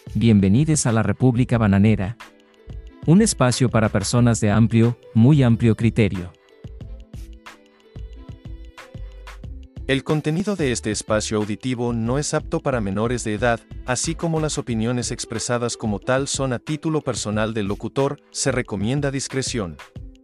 Bienvenidos a la República Bananera. Un espacio para personas de amplio, muy amplio criterio. El contenido de este espacio auditivo no es apto para menores de edad, así como las opiniones expresadas como tal son a título personal del locutor, se recomienda discreción.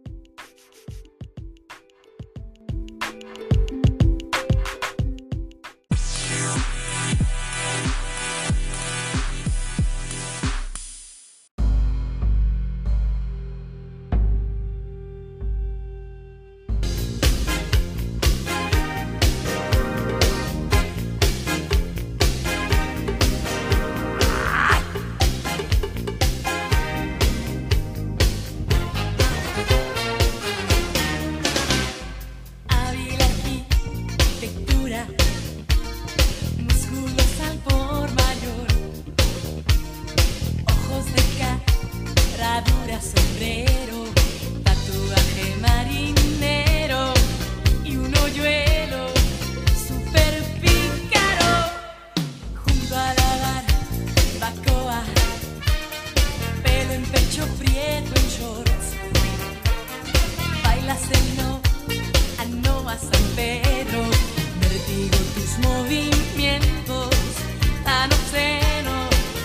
Sombrero, tatuaje marinero y un hoyuelo super pícaro. Junto a la barbacoa, pelo en pecho prieto en shorts. Bailas el no a San Pedro. Vertigo tus movimientos tan obscenos.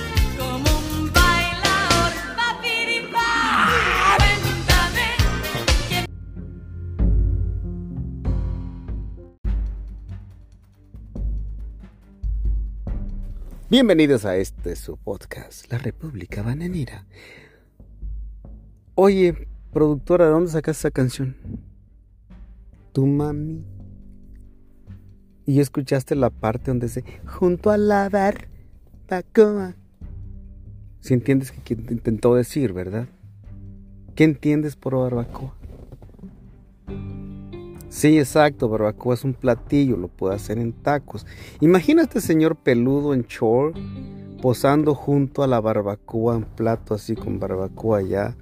Bienvenidos a su podcast, La República Bananera. Oye, productora, ¿de dónde sacaste esa canción? Tu mami. Y escuchaste la parte donde dice junto a la barbacoa. Si entiendes qué intentó decir, ¿verdad? ¿Qué entiendes por barbacoa? Sí, exacto, barbacoa es un platillo, lo puede hacer en tacos. Imagínate señor peludo en short, posando junto a la barbacoa, un plato así con barbacoa ya,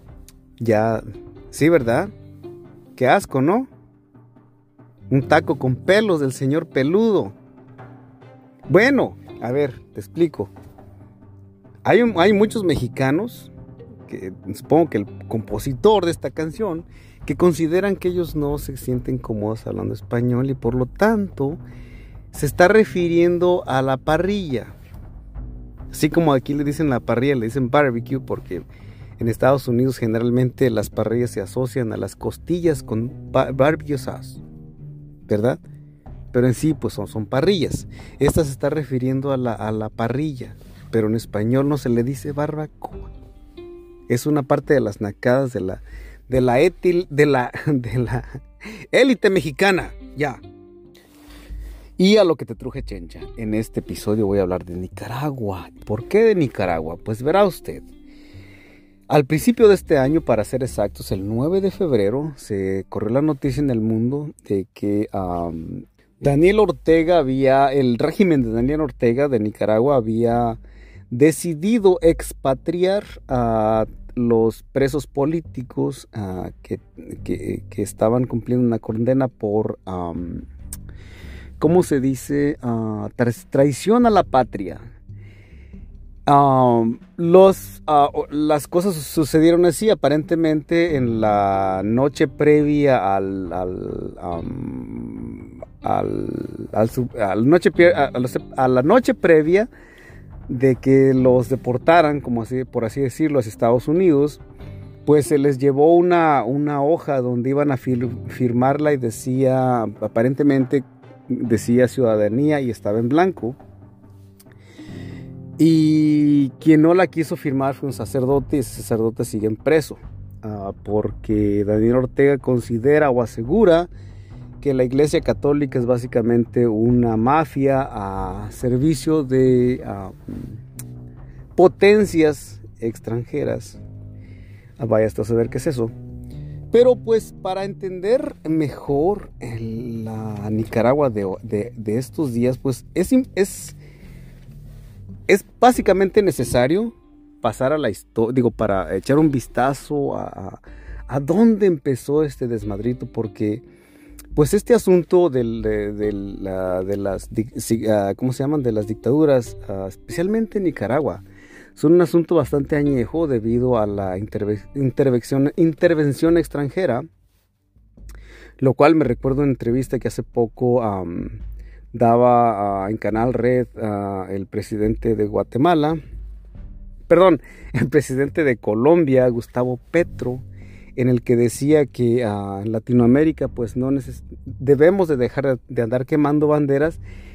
sí, ¿verdad? Qué asco, ¿no? Un taco con pelos del señor peludo. Bueno, a ver, te explico. Hay muchos mexicanos, que supongo que el compositor de esta canción, que consideran que ellos no se sienten cómodos hablando español y por lo tanto se está refiriendo a la parrilla. Así como aquí le dicen la parrilla, le dicen barbecue porque en Estados Unidos generalmente las parrillas se asocian a las costillas con barbecue sauce, ¿verdad? Pero en sí pues son parrillas. Esta se está refiriendo a la parrilla, pero en español no se le dice barbacoa. Es una parte de las nacadas de la élite mexicana, ya. Y a lo que te truje, chencha. En este episodio voy a hablar de Nicaragua. ¿Por qué de Nicaragua? Pues verá usted. Al principio de este año, para ser exactos, el 9 de febrero, se corrió la noticia en el mundo de que el régimen de Daniel Ortega de Nicaragua había decidido expatriar a los presos políticos que estaban cumpliendo una condena por, ¿cómo se dice? Traición a la patria. Las cosas sucedieron así, aparentemente en la noche previa a la noche previa de que los deportaran, por así decirlo, a Estados Unidos, pues se les llevó una hoja donde iban a firmarla y aparentemente decía ciudadanía y estaba en blanco. Y quien no la quiso firmar fue un sacerdote y ese sacerdote sigue preso, porque Daniel Ortega considera o asegura que la Iglesia Católica es básicamente una mafia a servicio de potencias extranjeras. Vaya hasta saber qué es eso. Pero pues para entender mejor la Nicaragua de estos días, pues es básicamente necesario pasar a la historia, para echar un vistazo a dónde empezó este desmadrito, porque pues este asunto de las ¿cómo se llaman? De las dictaduras, especialmente en Nicaragua, son un asunto bastante añejo debido a la intervención extranjera, lo cual me recuerdo en una entrevista que hace poco daba en Canal Red el presidente de el presidente de Colombia, Gustavo Petro, en el que decía que en Latinoamérica pues debemos de dejar de andar quemando banderas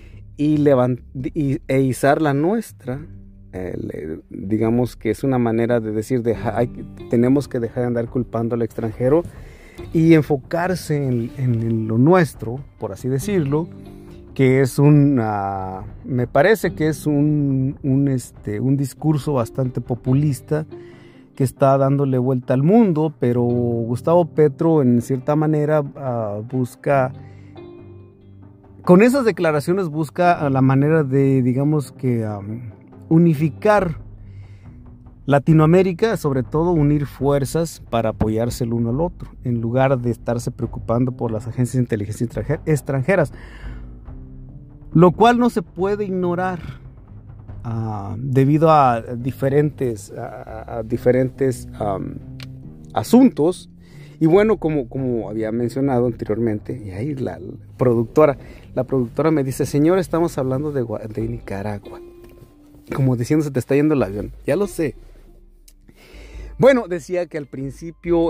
e izar la nuestra. Digamos que es una manera de decir tenemos que dejar de andar culpando al extranjero y enfocarse en lo nuestro, por así decirlo, que es me parece que es un discurso bastante populista que está dándole vuelta al mundo, pero Gustavo Petro en cierta manera busca, con esas declaraciones busca la manera de, digamos que unificar Latinoamérica, sobre todo unir fuerzas para apoyarse el uno al otro, en lugar de estarse preocupando por las agencias de inteligencia extranjeras, lo cual no se puede ignorar debido a diferentes asuntos. Y bueno, como había mencionado anteriormente, y ahí la productora me dice: señor, estamos hablando de Nicaragua. Como diciendo, se te está yendo el avión. Ya lo sé. Bueno, decía que al principio,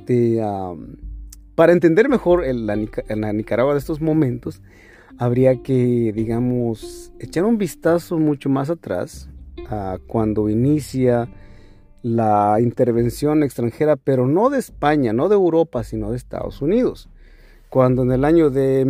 para entender mejor la Nicaragua de estos momentos, habría que, digamos, echar un vistazo mucho más atrás, a cuando inicia la intervención extranjera, pero no de España, no de Europa, sino de Estados Unidos. Cuando en el año de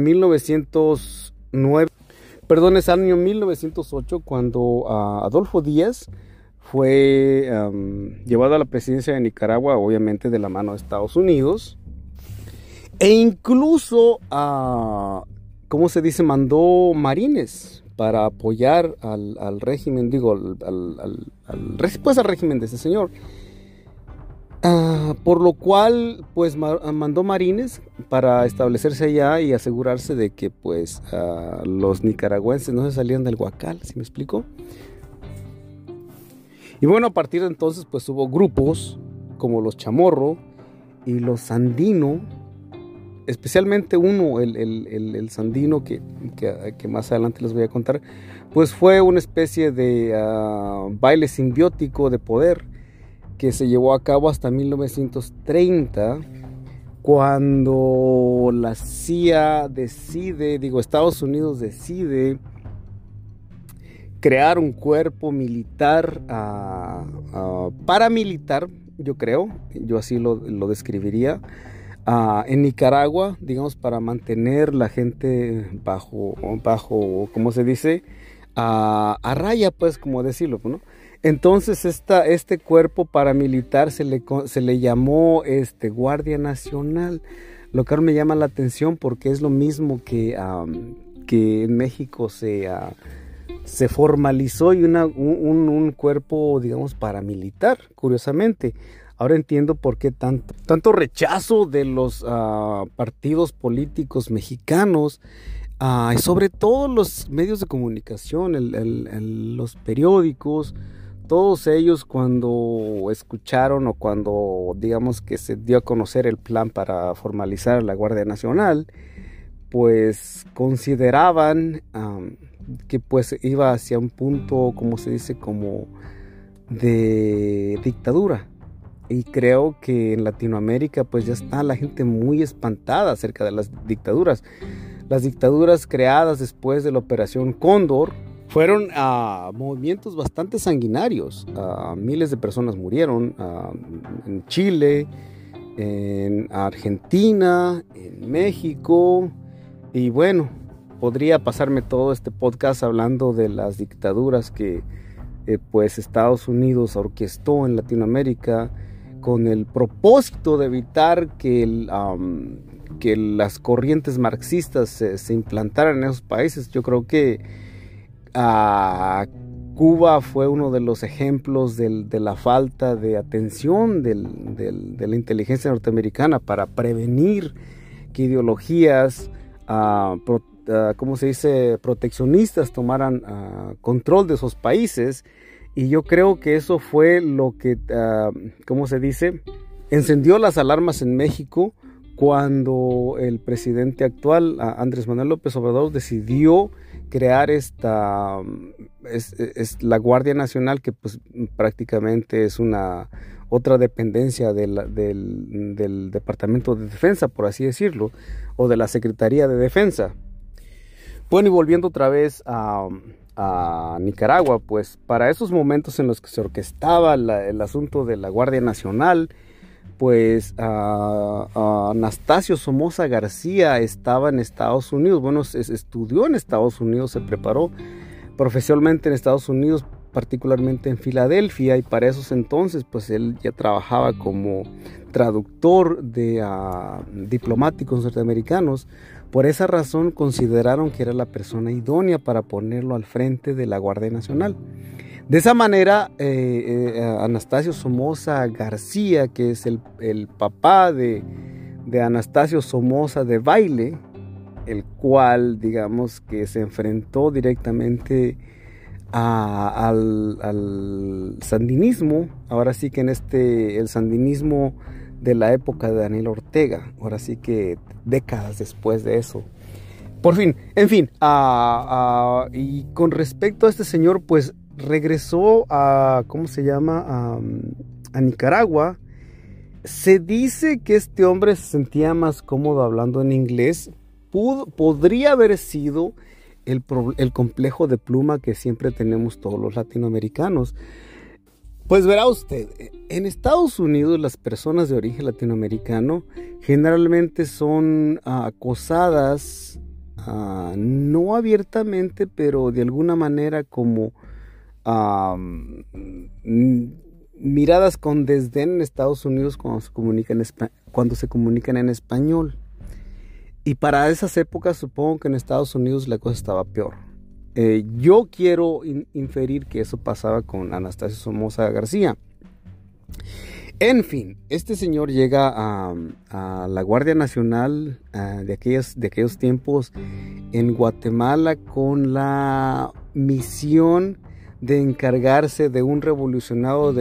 1908, cuando Adolfo Díaz fue llevado a la presidencia de Nicaragua, obviamente de la mano de Estados Unidos, e incluso, ¿cómo se dice?, mandó marines para apoyar al régimen, al régimen de ese señor. Por lo cual, pues mandó marines para establecerse allá y asegurarse de que pues los nicaragüenses no se salían del huacal, ¿sí me explico? Y bueno, a partir de entonces pues hubo grupos como los Chamorro y los Sandino, especialmente uno, el Sandino, que más adelante les voy a contar, pues fue una especie de baile simbiótico de poder que se llevó a cabo hasta 1930, cuando la CIA Estados Unidos decide crear un cuerpo militar, paramilitar, yo así lo describiría, en Nicaragua, digamos, para mantener la gente bajo, ¿cómo se dice?, a raya, pues, como decirlo, ¿no? Entonces este cuerpo paramilitar se le llamó Guardia Nacional, lo que ahora me llama la atención porque es lo mismo que en México se formalizó y un cuerpo, digamos, paramilitar, curiosamente. Ahora entiendo por qué tanto rechazo de los partidos políticos mexicanos, y sobre todo los medios de comunicación, los periódicos. Todos ellos, cuando escucharon o cuando, digamos, que se dio a conocer el plan para formalizar la Guardia Nacional, pues consideraban que pues iba hacia un punto, como se dice, como de dictadura. Y creo que en Latinoamérica pues ya está la gente muy espantada acerca de las dictaduras. Las dictaduras creadas después de la Operación Cóndor fueron movimientos bastante sanguinarios. Miles de personas murieron en Chile, en Argentina, en México. Y bueno, podría pasarme todo este podcast hablando de las dictaduras que pues Estados Unidos orquestó en Latinoamérica con el propósito de evitar que las corrientes marxistas se implantaran en esos países. Yo creo que Cuba fue uno de los ejemplos de la falta de atención de la inteligencia norteamericana para prevenir que ideologías, ¿cómo se dice?, proteccionistas tomaran control de esos países. Y yo creo que eso fue lo que, ¿cómo se dice?, encendió las alarmas en México cuando el presidente actual, Andrés Manuel López Obrador, decidió crear la Guardia Nacional, que pues prácticamente es una otra dependencia del Departamento de Defensa, por así decirlo, o de la Secretaría de Defensa. Bueno, y volviendo otra vez a Nicaragua, pues para esos momentos en los que se orquestaba el asunto de la Guardia Nacional, pues Anastasio Somoza García estaba en Estados Unidos. Bueno, estudió en Estados Unidos, se preparó profesionalmente en Estados Unidos, particularmente en Filadelfia, y para esos entonces pues él ya trabajaba como traductor de diplomáticos norteamericanos. Por esa razón consideraron que era la persona idónea para ponerlo al frente de la Guardia Nacional. De esa manera, Anastasio Somoza García, que es el papá de Anastasio Somoza Debayle, el cual, digamos, que se enfrentó directamente al sandinismo, ahora sí que el sandinismo de la época de Daniel Ortega, ahora sí que décadas después de eso. Por fin, en fin, y con respecto a este señor, pues regresó a Nicaragua. Se dice que este hombre se sentía más cómodo hablando en inglés. Podría haber sido el complejo de pluma que siempre tenemos todos los latinoamericanos. Pues verá usted, en Estados Unidos las personas de origen latinoamericano generalmente son acosadas, no abiertamente, pero de alguna manera como miradas con desdén en Estados Unidos cuando se comunican en español. Y para esas épocas supongo que en Estados Unidos la cosa estaba peor. Yo quiero inferir que eso pasaba con Anastasio Somoza García. En fin, este señor llega a la Guardia Nacional de aquellos tiempos en Guatemala con la misión de encargarse de un revolucionario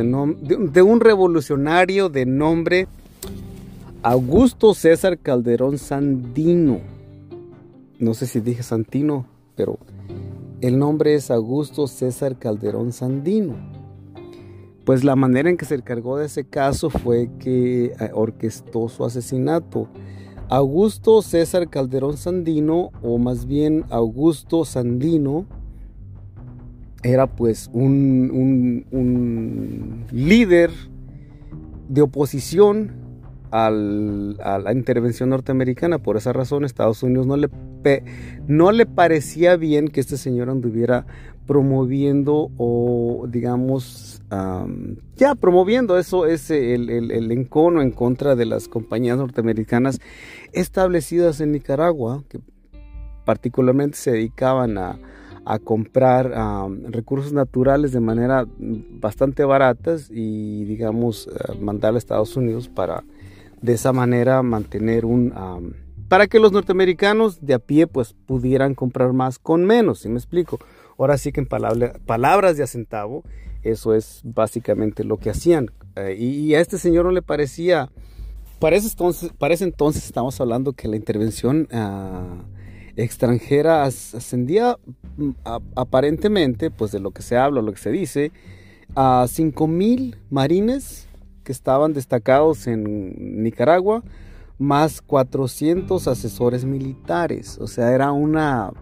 de nombre Augusto César Calderón Sandino. No sé si dije Santino, pero el nombre es Augusto César Calderón Sandino. Pues la manera en que se encargó de ese caso fue que orquestó su asesinato. Augusto César Calderón Sandino, o más bien Augusto Sandino, era pues un líder de oposición a la intervención norteamericana. Por esa razón Estados Unidos no le parecía bien que este señor anduviera promoviendo, o digamos promoviendo eso, el encono en contra de las compañías norteamericanas establecidas en Nicaragua, que particularmente se dedicaban a comprar recursos naturales de manera bastante baratas y digamos mandar a Estados Unidos para de esa manera mantener para que los norteamericanos de a pie pues pudieran comprar más con menos, ¿sí me explico? Ahora sí que en palabras de a centavo, eso es básicamente lo que hacían. Y a este señor no le parecía. Para ese entonces estamos hablando que la intervención extranjera ascendía aparentemente, pues de lo que se habla, lo que se dice, a 5,000 marines que estaban destacados en Nicaragua, más 400 asesores militares. O sea, era una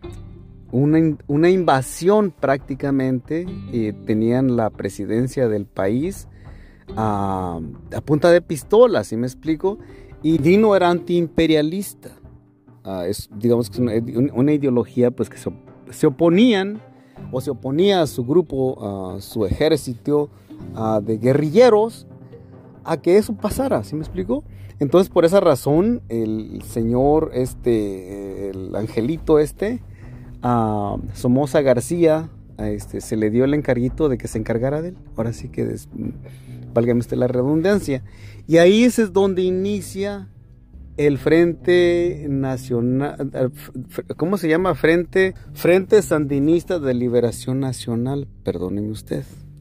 invasión prácticamente. Tenían la presidencia del país a punta de pistola, ¿sí me explico? Y Dino era antiimperialista. Digamos que es una ideología pues que se oponían, o se oponía a su grupo, a su ejército de guerrilleros, a que eso pasara, ¿sí me explico? Entonces por esa razón el señor el angelito Somoza García, se le dio el encarguito de que se encargara de él. Ahora sí que válgame usted la redundancia. Y ahí es donde inicia el Frente Nacional, Frente Sandinista de Liberación Nacional, perdóneme usted.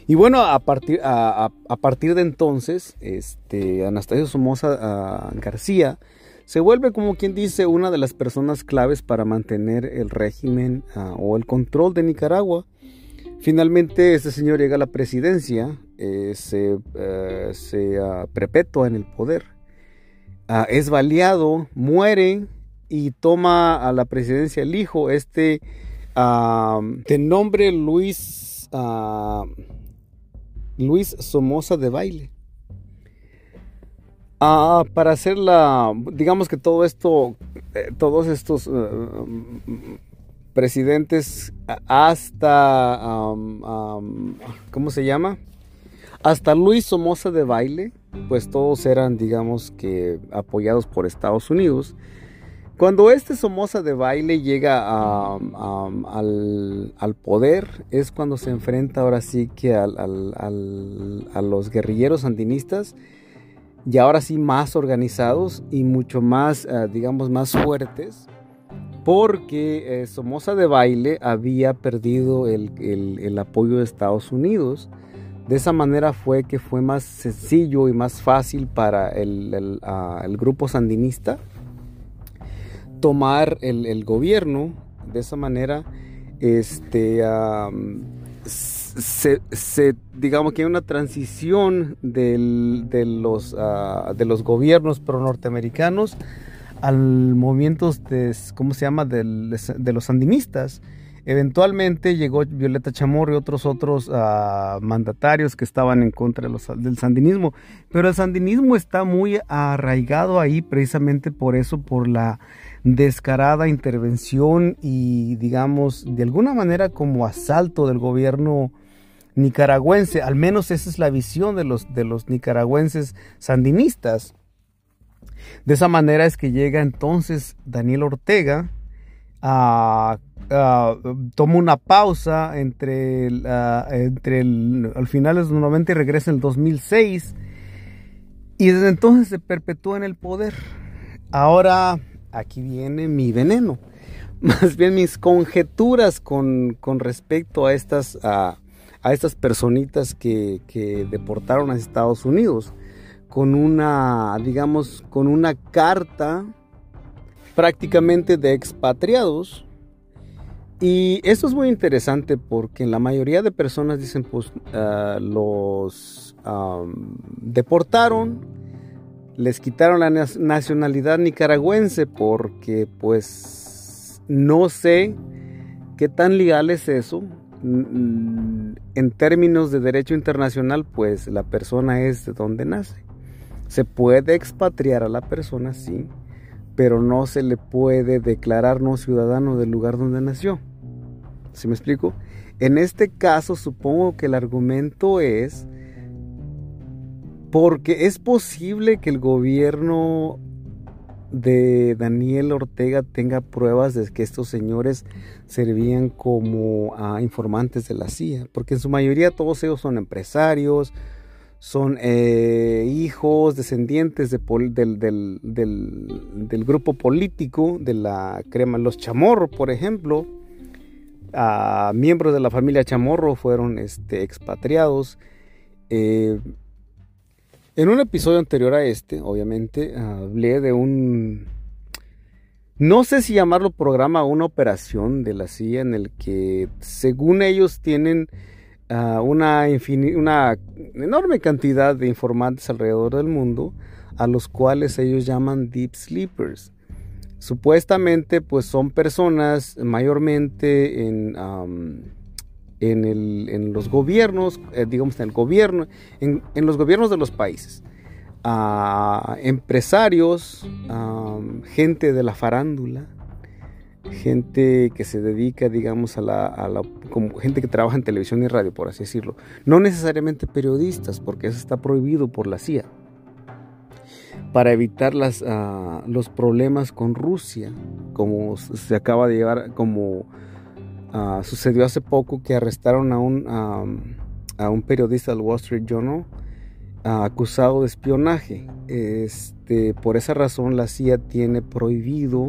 Y bueno, a partir de entonces, Anastasio Somoza García se vuelve, como quien dice, una de las personas claves para mantener el régimen o el control de Nicaragua. Finalmente, este señor llega a la presidencia, se perpetúa en el poder, es baleado, muere y toma a la presidencia el hijo, de nombre Luis Somoza de Baile. Para hacer digamos que todo esto, todos estos presidentes hasta, ¿cómo se llama? Hasta Luis Somoza de Baile, pues todos eran, digamos que, apoyados por Estados Unidos. Cuando Somoza de Baile llega al poder, es cuando se enfrenta ahora sí que a los guerrilleros sandinistas, y ahora sí más organizados y mucho más, digamos, más fuertes, porque Somoza de Baile había perdido el apoyo de Estados Unidos. De esa manera fue más sencillo y más fácil para el grupo sandinista tomar el gobierno. De esa manera, digamos que hay una transición de los gobiernos pro norteamericanos al movimiento de los sandinistas. Eventualmente llegó Violeta Chamorro y otros mandatarios que estaban en contra del sandinismo, pero el sandinismo está muy arraigado ahí precisamente por eso, por la descarada intervención y, digamos, de alguna manera como asalto del gobierno nicaragüense. Al menos esa es la visión de los nicaragüenses sandinistas. De esa manera es que llega entonces Daniel Ortega, toma una pausa al final de los 90 y regresa en el 2006, y desde entonces se perpetúa en el poder. Ahora aquí viene mi veneno, más bien mis conjeturas con respecto a estas personitas que deportaron a Estados Unidos con una carta prácticamente de expatriados. Y esto es muy interesante porque la mayoría de personas dicen, pues los deportaron, les quitaron la nacionalidad nicaragüense porque pues no sé qué tan legal es eso. En términos de derecho internacional, pues la persona es de donde nace. Se puede expatriar a la persona, sí, pero no se le puede declarar no ciudadano del lugar donde nació. ¿Sí me explico? En este caso, supongo que el argumento es porque es posible que el gobierno de Daniel Ortega tenga pruebas de que estos señores servían como informantes de la CIA, porque en su mayoría todos ellos son empresarios, son hijos, descendientes del grupo político de la crema. Los Chamorro, por ejemplo, miembros de la familia Chamorro fueron expatriados. En un episodio anterior a obviamente, hablé de no sé si llamarlo programa o una operación de la CIA en el que, según ellos, tienen una enorme cantidad de informantes alrededor del mundo, a los cuales ellos llaman Deep Sleepers. Supuestamente, pues son personas mayormente en los gobiernos, digamos en los gobiernos de los países, empresarios, gente de la farándula, gente que se dedica, digamos, como gente que trabaja en televisión y radio, por así decirlo. No necesariamente periodistas, porque eso está prohibido por la CIA, para evitar los problemas con Rusia, como se acaba de llevar, como sucedió hace poco, que arrestaron a un periodista del Wall Street Journal acusado de espionaje. Por esa razón la CIA tiene prohibido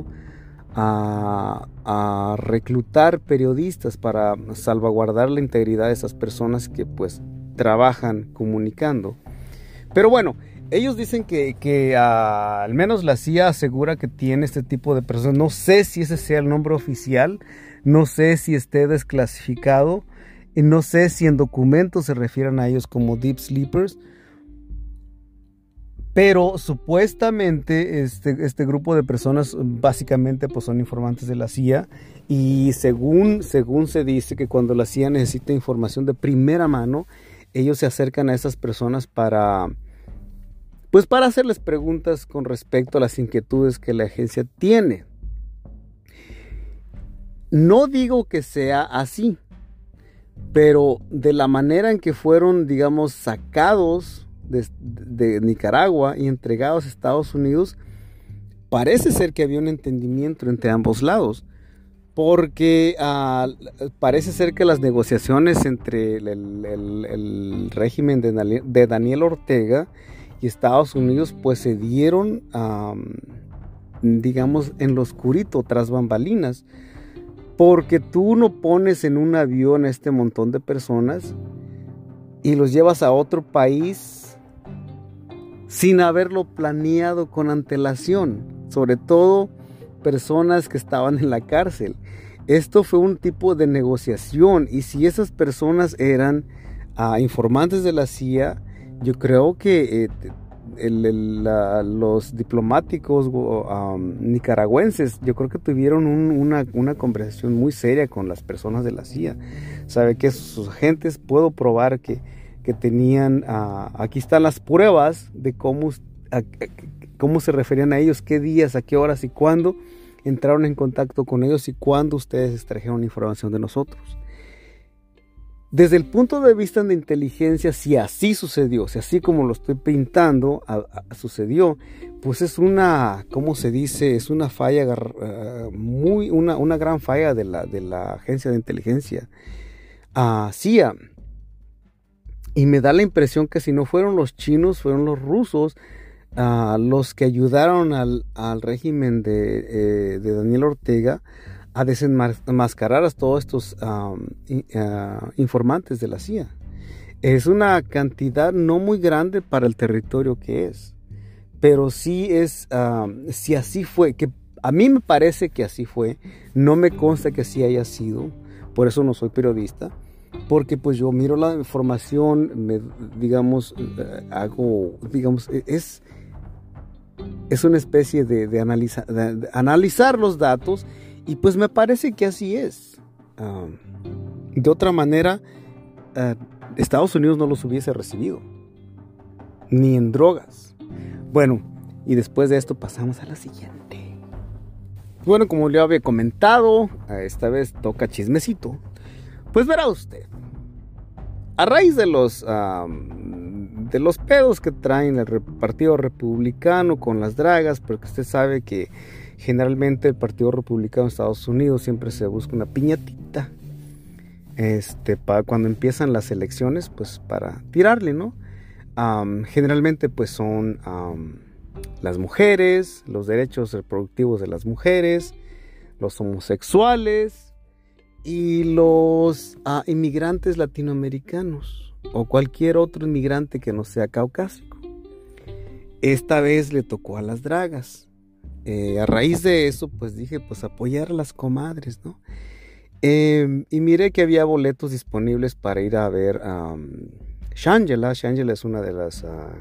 reclutar periodistas para salvaguardar la integridad de esas personas que pues trabajan comunicando. Pero bueno, ellos dicen que al menos la CIA asegura que tiene este tipo de personas. No sé si ese sea el nombre oficial, no sé si esté desclasificado, y no sé si en documentos se refieren a ellos como Deep Sleepers. Pero supuestamente este grupo de personas básicamente pues son informantes de la CIA, y según se dice que cuando la CIA necesita información de primera mano, ellos se acercan a esas personas para hacerles preguntas con respecto a las inquietudes que la agencia tiene. No digo que sea así, pero de la manera en que fueron, digamos, sacados de Nicaragua y entregados a Estados Unidos, parece ser que había un entendimiento entre ambos lados, porque parece ser que las negociaciones entre el régimen de Daniel Ortega y Estados Unidos pues se dieron, digamos, en lo oscurito, tras bambalinas, porque tú no pones en un avión a este montón de personas y los llevas a otro país sin haberlo planeado con antelación, sobre todo personas que estaban en la cárcel. Esto fue un tipo de negociación, y si esas personas eran informantes de la CIA, yo creo que los diplomáticos nicaragüenses, yo creo que tuvieron una conversación muy seria con las personas de la CIA. Sabe que sus agentes, puedo probar que tenían, aquí están las pruebas de cómo se referían a ellos, qué días, a qué horas y cuándo entraron en contacto con ellos y cuándo ustedes extrajeron información de nosotros. Desde el punto de vista de inteligencia, si así sucedió, si así como lo estoy pintando sucedió, pues es una, ¿cómo se dice? Es una falla, una gran falla de la agencia de inteligencia CIA. Y me da la impresión que si no fueron los chinos, fueron los rusos los que ayudaron al régimen de Daniel Ortega a desenmascarar a todos estos informantes de la CIA. Es una cantidad no muy grande para el territorio que es, pero sí es, si así fue, que a mí me parece que así fue, no me consta que así haya sido, por eso no soy periodista, porque pues yo miro la información, es una especie de analizar los datos. Y pues me parece que así es. De otra manera, Estados Unidos no los hubiese recibido. Ni en drogas. Bueno, y después de esto pasamos a la siguiente. Bueno, como le había comentado, esta vez toca chismecito. Pues verá usted. A raíz de los pedos que traen el Partido Republicano con las dragas, porque usted sabe que generalmente el Partido Republicano de Estados Unidos siempre se busca una piñatita para cuando empiezan las elecciones, pues para tirarle, ¿no? Generalmente pues son las mujeres, los derechos reproductivos de las mujeres, los homosexuales y los inmigrantes latinoamericanos o cualquier otro inmigrante que no sea caucásico. Esta vez le tocó a las dragas. A raíz de eso, pues dije, pues apoyar a las comadres, ¿no? Y miré que había boletos disponibles para ir a ver Shangela. Shangela es una de las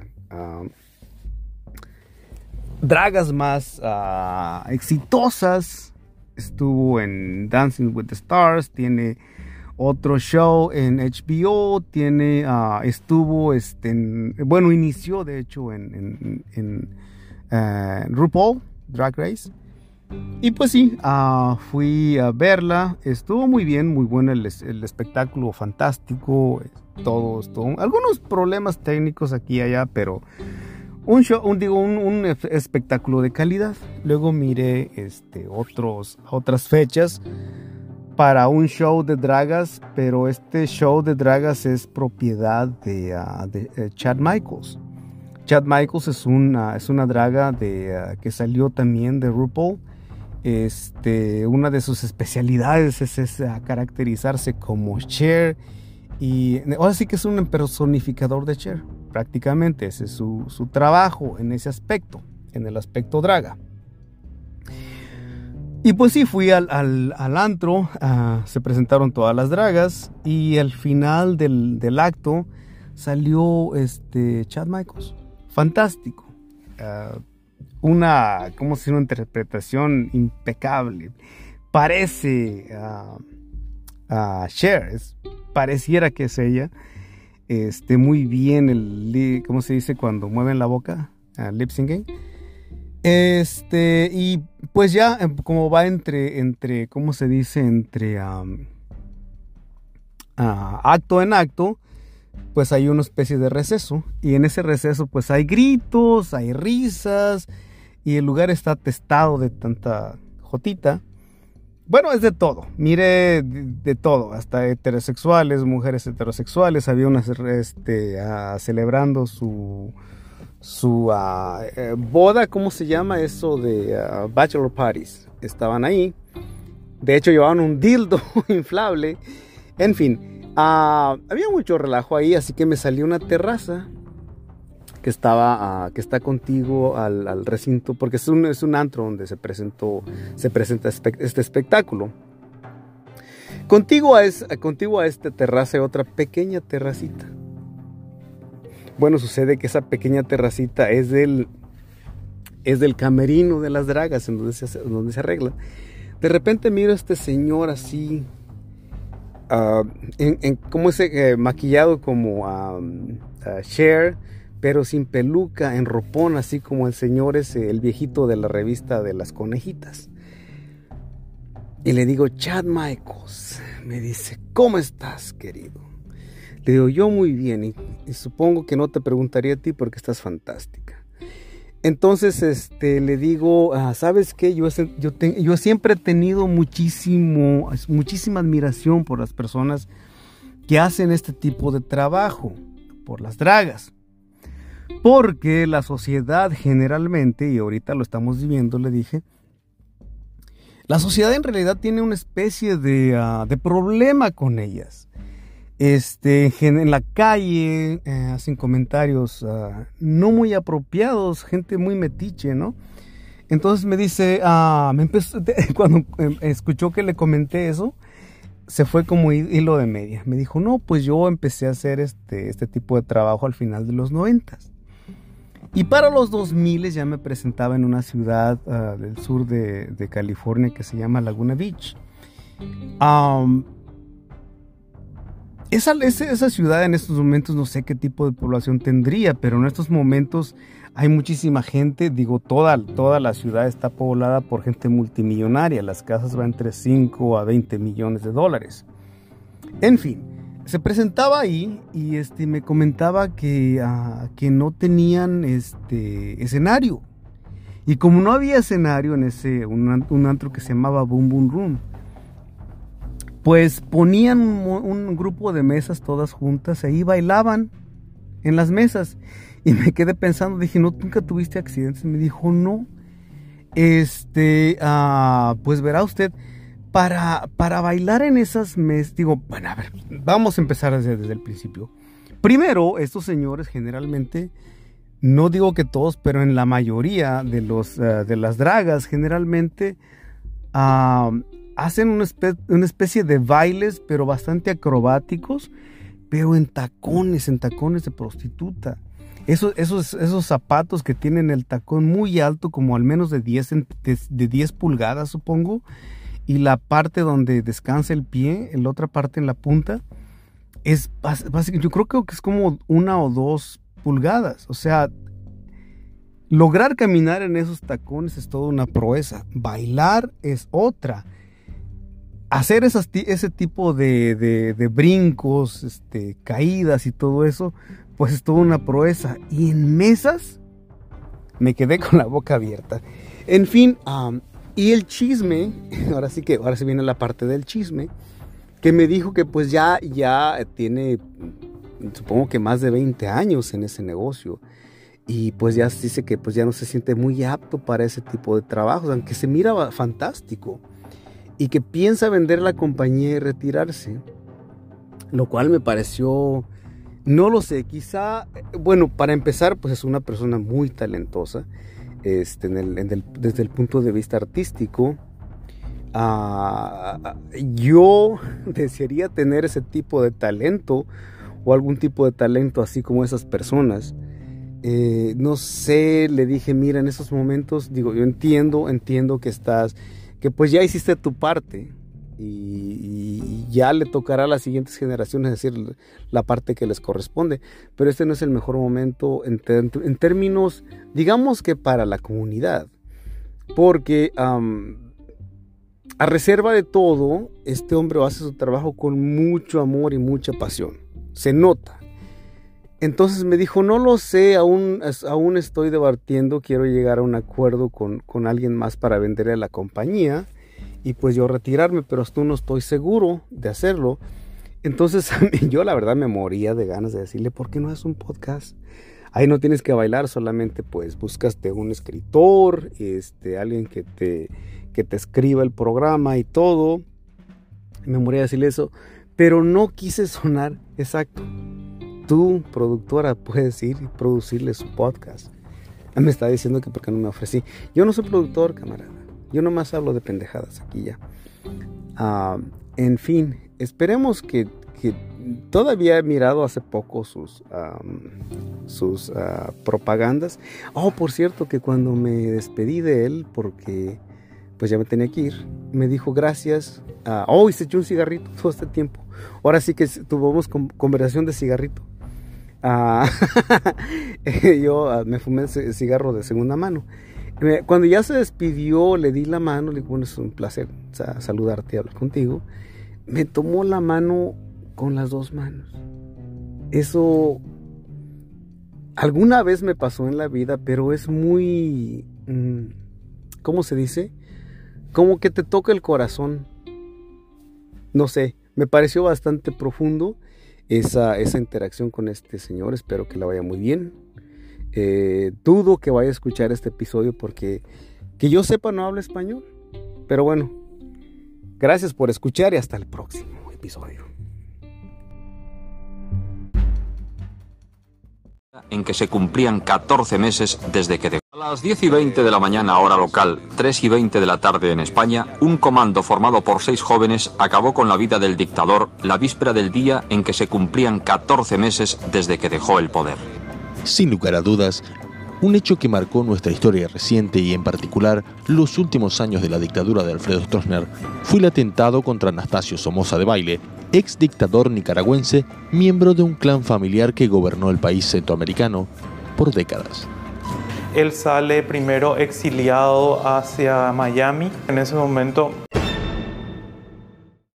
dragas más exitosas. Estuvo en Dancing with the Stars, tiene otro show en HBO, inició de hecho en RuPaul Drag Race. Y pues sí, fui a verla, estuvo muy bien, muy bueno el espectáculo, fantástico, todo, algunos problemas técnicos aquí y allá, pero un espectáculo de calidad. Luego miré otras fechas para un show de dragas, pero este show de dragas es propiedad de Chad Michaels. Chad Michaels es una draga que salió también de RuPaul. Una de sus especialidades es caracterizarse como Cher Y ahora sí que es un personificador de Cher, prácticamente. Ese es su trabajo en ese aspecto, en el aspecto draga. Y pues sí, fui al antro, se presentaron todas las dragas y al final del acto salió Chad Michaels. Fantástico. Una interpretación impecable. Parece a Cher, pareciera que es ella. Muy bien ¿cómo se dice cuando mueven la boca? Lip syncing. Y pues ya como va entre ¿cómo se dice? Entre acto en acto, pues hay una especie de receso. Y en ese receso pues hay gritos, hay risas. Y el lugar está atestado de tanta jotita. Bueno, es de todo. Mire, de todo. Hasta heterosexuales, mujeres heterosexuales. Había unas celebrando su boda, ¿cómo se llama eso de bachelor parties? Estaban ahí. De hecho, llevaban un dildo inflable. En fin, había mucho relajo ahí, así que me salió una terraza que está contigo al recinto, porque es un antro donde se presenta este espectáculo. Contigo a esta terraza hay otra pequeña terracita. Bueno, sucede que esa pequeña terracita es del camerino de las dragas, en donde se arregla. De repente miro a este señor así, como ese maquillado como Cher, pero sin peluca, en ropón, así como el señor el viejito de la revista de las conejitas. Y le digo, Chad Michaels. Me dice, ¿cómo estás, querido? Le digo, yo muy bien, y supongo que no te preguntaría a ti porque estás fantástica. Entonces le digo, ¿sabes qué? Yo siempre he tenido muchísima admiración por las personas que hacen este tipo de trabajo, por las dragas. Porque la sociedad generalmente, y ahorita lo estamos viviendo, le dije, la sociedad en realidad tiene una especie de problema con ellas. En la calle hacen comentarios no muy apropiados, gente muy metiche, ¿no? Entonces me dice, cuando escuchó que le comenté eso, se fue como hilo de media. Me dijo, no, pues yo empecé a hacer este tipo de trabajo al final de los 90s. Y para los 2000 ya me presentaba en una ciudad del sur de California que se llama Laguna Beach. Esa ciudad en estos momentos no sé qué tipo de población tendría, pero en estos momentos hay muchísima gente. Digo, toda la ciudad está poblada por gente multimillonaria. Las casas van entre 5 a 20 millones de dólares. En fin, se presentaba ahí y me comentaba que no tenían escenario. Y como no había escenario en un antro que se llamaba Boom Boom Room, pues ponían un grupo de mesas todas juntas, ahí bailaban en las mesas. Y me quedé pensando, dije, ¿no, nunca tuviste accidentes? Me dijo, no. Pues verá usted, para bailar en esas mesas, digo, bueno, a ver, vamos a empezar desde el principio. Primero, estos señores generalmente, no digo que todos, pero en la mayoría de las dragas, generalmente hacen una especie de bailes, pero bastante acrobáticos, pero en tacones de prostituta. Esos zapatos que tienen el tacón muy alto, como al menos de 10 pulgadas, supongo, y la parte donde descansa el pie, la otra parte en la punta, es básicamente, yo creo que es como 1 o 2 pulgadas. O sea, lograr caminar en esos tacones es toda una proeza. Bailar es otra. Hacer ese tipo de brincos, caídas y todo eso, pues es toda una proeza. Y en mesas me quedé con la boca abierta. En fin, y el chisme, ahora sí viene la parte del chisme, que me dijo que pues ya tiene, supongo que más de 20 años en ese negocio. Y pues ya dice que pues ya no se siente muy apto para ese tipo de trabajos, aunque se mira fantástico. Y que piensa vender la compañía y retirarse. lo cual me pareció, no lo sé, quizá, bueno, para empezar, pues es una persona muy talentosa, desde el punto de vista artístico. Yo desearía tener ese tipo de talento o algún tipo de talento así como esas personas. No sé, le dije, mira, en esos momentos, digo, yo entiendo que pues ya hiciste tu parte y ya le tocará a las siguientes generaciones decir la parte que les corresponde, pero este no es el mejor momento en términos, digamos que para la comunidad, porque a reserva de todo, este hombre hace su trabajo con mucho amor y mucha pasión, se nota. Entonces me dijo, no lo sé, aún estoy debatiendo, quiero llegar a un acuerdo con alguien más para venderle a la compañía y pues yo retirarme, pero hasta no estoy seguro de hacerlo. Entonces yo la verdad me moría de ganas de decirle, ¿por qué no haces un podcast? Ahí no tienes que bailar, solamente pues buscaste un escritor, alguien que te escriba el programa y todo. Me moría de decirle eso, pero no quise sonar exacto. Tu productora puedes ir y producirle su podcast. Me está diciendo que por qué no me ofrecí. Yo no soy productor, camarada. Yo nomás hablo de pendejadas aquí ya. En fin, esperemos que todavía he mirado hace poco sus propagandas. Oh, por cierto, que cuando me despedí de él, porque pues ya me tenía que ir, me dijo gracias. Y se echó un cigarrito todo este tiempo. Ahora sí que tuvimos conversación de cigarrito. Yo me fumé el cigarro de segunda mano. Cuando ya se despidió, le di la mano, le digo, bueno, es un placer saludarte y hablar contigo. Me tomó la mano con las dos manos. Eso alguna vez me pasó en la vida, pero es muy, ¿cómo se dice? Como que te toca el corazón. No sé, me pareció bastante profundo esa interacción con este señor. Espero que le vaya muy bien. Dudo que vaya a escuchar este episodio porque que yo sepa no habla español. Pero bueno, gracias por escuchar y hasta el próximo episodio. En que se cumplían 14 meses desde que a las 10:20 de la mañana hora local, 3:20 de la tarde en España, un comando formado por 6 jóvenes acabó con la vida del dictador la víspera del día en que se cumplían 14 meses desde que dejó el poder. Sin lugar a dudas, un hecho que marcó nuestra historia reciente y en particular los últimos años de la dictadura de Alfredo Stroessner fue el atentado contra Anastasio Somoza Debayle, ex dictador nicaragüense, miembro de un clan familiar que gobernó el país centroamericano por décadas. Él sale primero exiliado hacia Miami. En ese momento